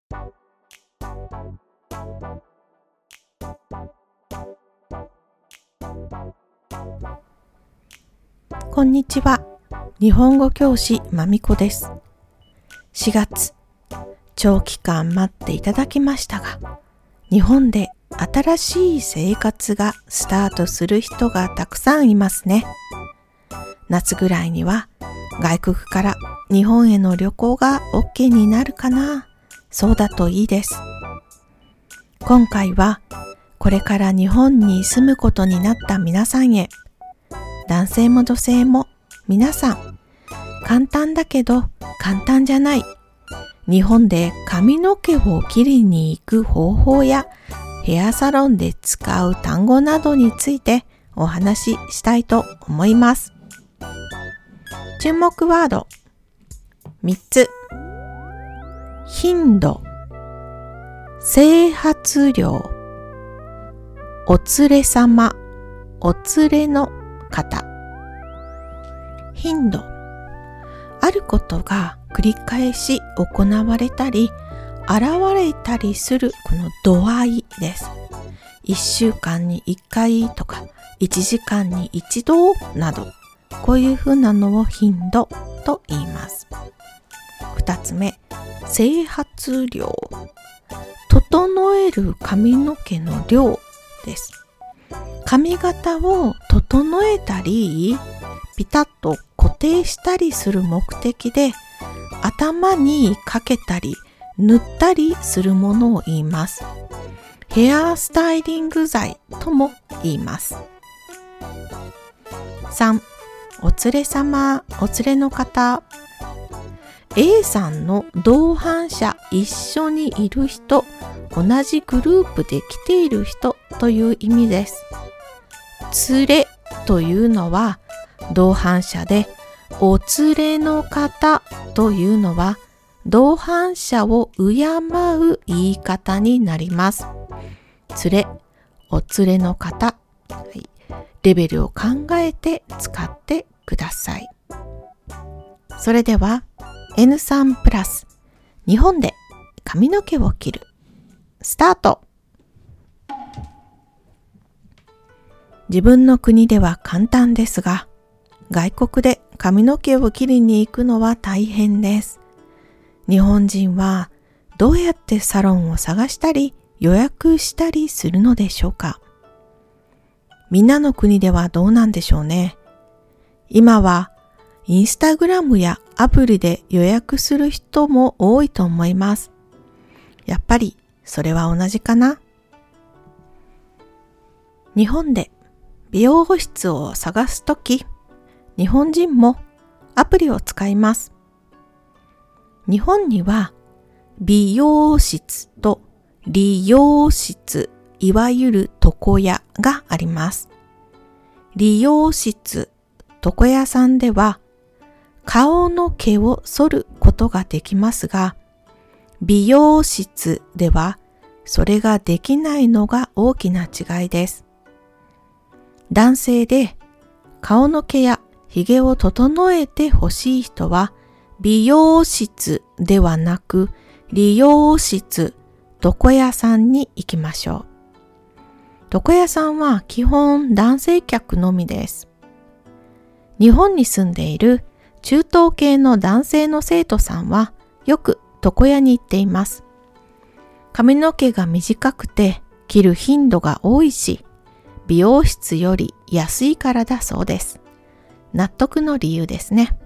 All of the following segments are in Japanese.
こんにちは。日本語教師まみこです。4月、長期間待っていただきましたが、日本で新しい生活がスタートする人がたくさんいますね。夏ぐらいには外国から日本への旅行が OK になるかな。そうだといいです。今回はこれから日本に住むことになった皆さんへ、男性も女性も皆さん、簡単だけど簡単じゃない、日本で髪の毛を切りに行く方法やヘアサロンで使う単語などについてお話ししたいと思います。注目ワード3つ。頻度、整髪料、お連れ様、お連れの方。頻度、あることが繰り返し行われたり現れたりするこの度合いです。1週間に1回とか1時間に1度など、こういうふうなのを頻度と言います。2つ目、整髪量、整える髪の毛の量です。髪型を整えたりピタッと固定したりする目的で頭にかけたり塗ったりするものを言います。ヘアスタイリング剤とも言います。3、お連れ様、お連れの方。A さんの同伴者、一緒にいる人、同じグループで来ている人という意味です。連れというのは同伴者で、お連れの方というのは同伴者を敬う言い方になります。連れ、お連れの方、レベルを考えて使ってください。それでは N3 プラス日本で髪の毛を切るスタート。自分の国では簡単ですが、外国で髪の毛を切りに行くのは大変です。日本人はどうやってサロンを探したり予約したりするのでしょうか。みんなの国ではどうなんでしょうね。今はインスタグラムやアプリで予約する人も多いと思います。やっぱりそれは同じかな。日本で美容室を探すとき、日本人もアプリを使います。日本には美容室と理容室、いわゆる床屋があります。理容室、床屋さんでは顔の毛を剃ることができますが、美容室ではそれができないのが大きな違いです。男性で顔の毛やひげを整えてほしい人は美容室ではなく理容室、床屋さんに行きましょう。床屋さんは基本男性客のみです。日本に住んでいる中東系の男性の生徒さんはよく床屋に行っています。髪の毛が短くて切る頻度が多いし、美容室より安いからだそうです。納得の理由ですね。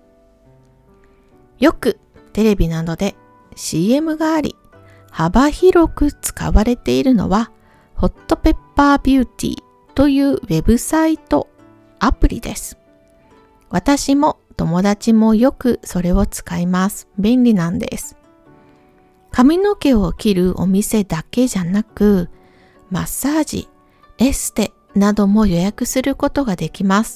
よくテレビなどで CM があり、幅広く使われているのはホットペッパービューティーというウェブサイト、アプリです。私も友達もよくそれを使います。便利なんです。髪の毛を切るお店だけじゃなく、マッサージ、エステなども予約することができます。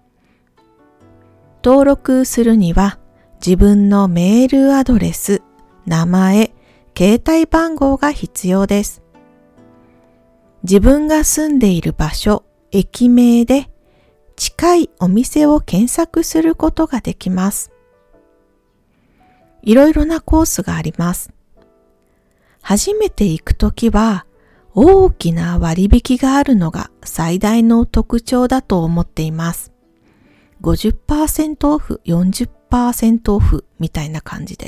登録するには自分のメールアドレス、名前、携帯番号が必要です。自分が住んでいる場所、駅名で近いお店を検索することができます。いろいろなコースがあります。 初めて行くときは大きな割引があるのが最大の特徴だと思っています。50% オフ、40% オフみたいな感じです。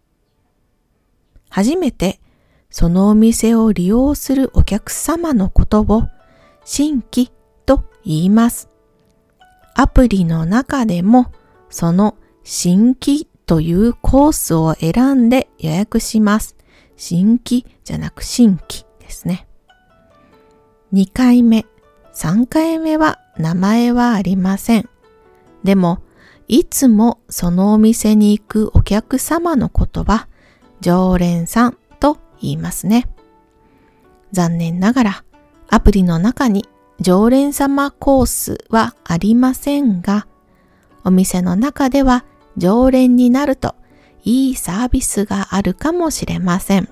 初めてそのお店を利用するお客様のことを新規と言います。アプリの中でもその新規というコースを選んで予約します。新規じゃなく新規ですね。2回目、3回目は名前はありません。でも、いつもそのお店に行くお客様のことは常連さんと言いますね。残念ながらアプリの中に常連様コースはありませんが、お店の中では常連になるといいサービスがあるかもしれません。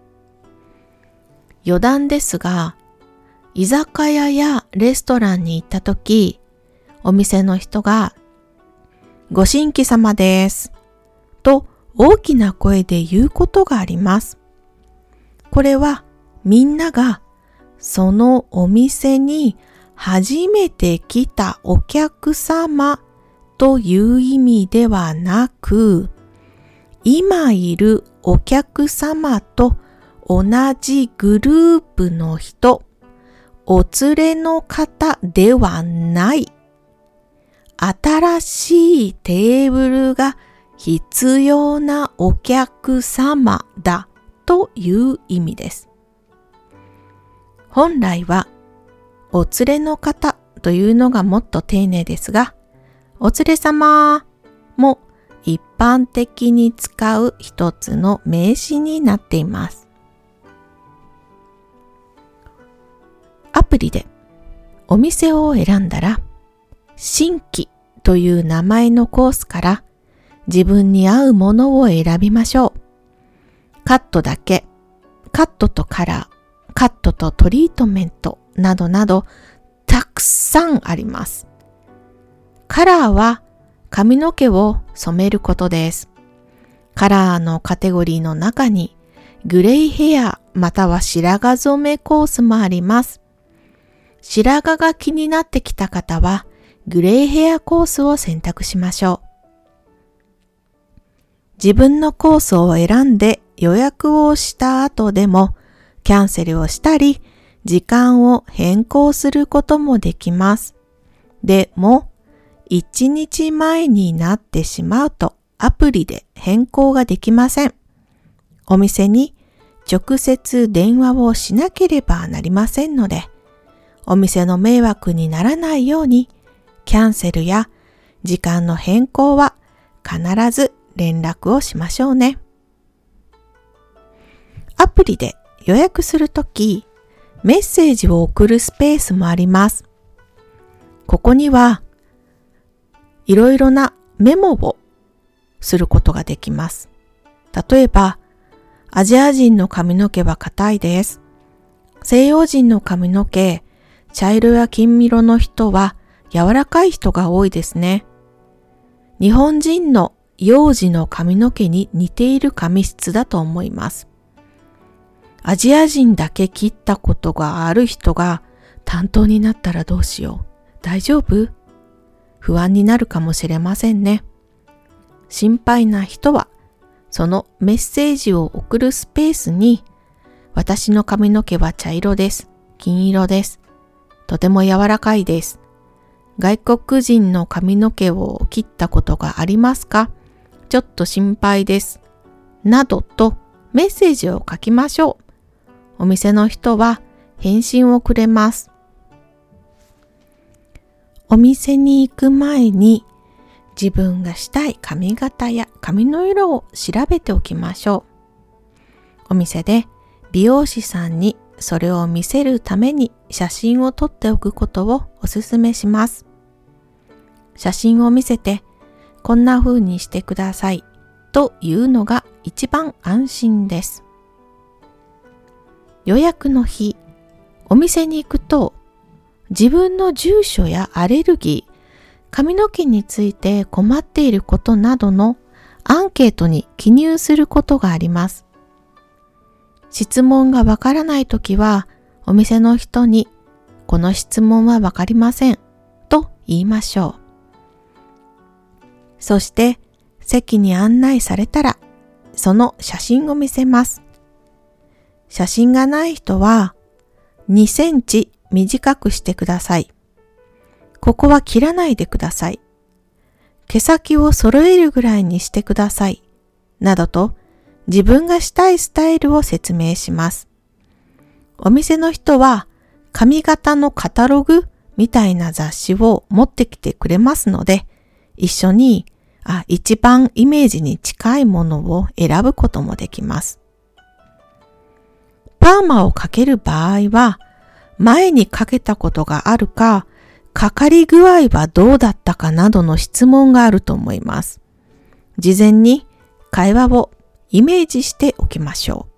余談ですが、居酒屋やレストランに行ったとき、お店の人がご新規様ですと大きな声で言うことがあります。これはみんながそのお店に初めて来たお客様という意味ではなく、今いるお客様と同じグループの人、お連れの方ではない、新しいテーブルが必要なお客様だという意味です。本来はお連れの方というのがもっと丁寧ですが、お連れ様も一般的に使う一つの名詞になっています。アプリでお店を選んだら、新規という名前のコースから自分に合うものを選びましょう。カットだけ、カットとカラー、カットとトリートメントなどなどたくさんあります。カラーは髪の毛を染めることです。カラーのカテゴリーの中にグレイヘアまたは白髪染めコースもあります。白髪が気になってきた方はグレイヘアコースを選択しましょう。自分のコースを選んで予約をした後でもキャンセルをしたり時間を変更することもできます。でも1日前になってしまうとアプリで変更ができません。お店に直接電話をしなければなりませんので、お店の迷惑にならないようにキャンセルや時間の変更は必ず連絡をしましょうね。アプリで予約するとき、メッセージを送るスペースもあります。ここにはいろいろなメモをすることができます。例えば、アジア人の髪の毛は硬いです。西洋人の髪の毛、茶色や金色の人は柔らかい人が多いですね。日本人の幼児の髪の毛に似ている髪質だと思います。アジア人だけ切ったことがある人が担当になったらどうしよう。大丈夫？不安になるかもしれませんね。心配な人はそのメッセージを送るスペースに、私の髪の毛は茶色です。金色です。とても柔らかいです。外国人の髪の毛を切ったことがありますか？ちょっと心配です。などとメッセージを書きましょう。お店の人は返信をくれます。お店に行く前に自分がしたい髪型や髪の色を調べておきましょう。お店で美容師さんにそれを見せるために写真を撮っておくことをお勧めします。写真を見せてこんな風にしてくださいというのが一番安心です。予約の日、お店に行くと自分の住所やアレルギー、髪の毛について困っていることなどのアンケートに記入することがあります。 質問がわからないときは、お店の人に、この質問はわかりません、と言いましょう。そして、席に案内されたら、その写真を見せます。写真がない人は、2センチ短くしてください。ここは切らないでください。毛先を揃えるぐらいにしてください。などと、自分がしたいスタイルを説明します。お店の人は、髪型のカタログみたいな雑誌を持ってきてくれますので、一緒に一番イメージに近いものを選ぶこともできます。パーマをかける場合は、前にかけたことがあるか、かかり具合はどうだったかなどの質問があると思います。事前に会話をイメージしておきましょ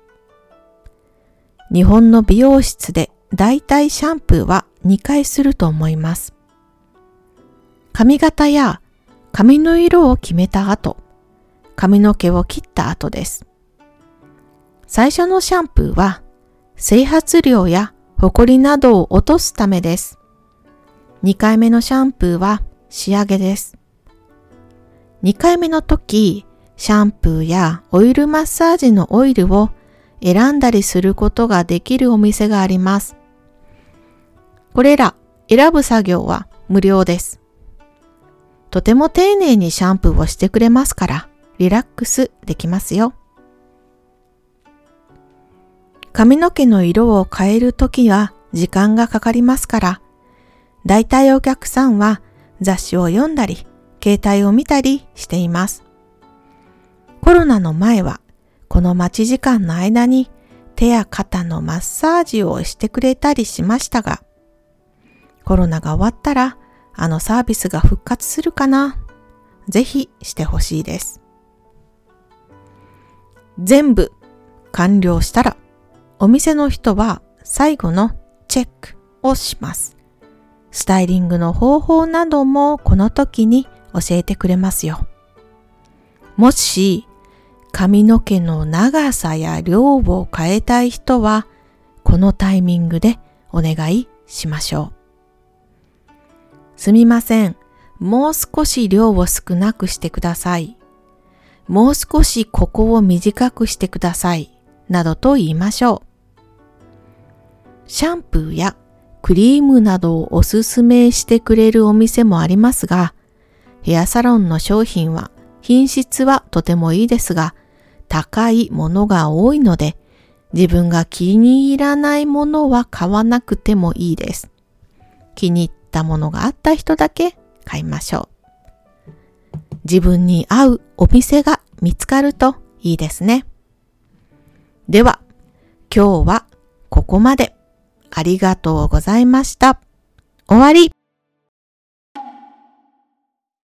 う。日本の美容室でだいたいシャンプーは2回すると思います。髪型や髪の色を決めた後、髪の毛を切った後です。最初のシャンプーは整髪量やホコリなどを落とすためです。2回目のシャンプーは仕上げです。2回目の時、シャンプーやオイルマッサージのオイルを選んだりすることができるお店があります。これら選ぶ作業は無料です。とても丁寧にシャンプーをしてくれますからリラックスできますよ。髪の毛の色を変えるときは時間がかかりますから、だいたいお客さんは雑誌を読んだり、携帯を見たりしています。コロナの前はこの待ち時間の間に手や肩のマッサージをしてくれたりしましたが、コロナが終わったらあのサービスが復活するかな。ぜひしてほしいです。全部完了したら、お店の人は最後のチェックをします。スタイリングの方法などもこの時に教えてくれますよ。もし髪の毛の長さや量を変えたい人は、このタイミングでお願いしましょう。すみません。もう少し量を少なくしてください。もう少しここを短くしてください。などと言いましょう。シャンプーやクリームなどをおすすめしてくれるお店もありますが、ヘアサロンの商品は品質はとてもいいですが、高いものが多いので、自分が気に入らないものは買わなくてもいいです。気に入ったものがあった人だけ買いましょう。自分に合うお店が見つかるといいですね。では、今日はここまで。ありがとうございました。終わり。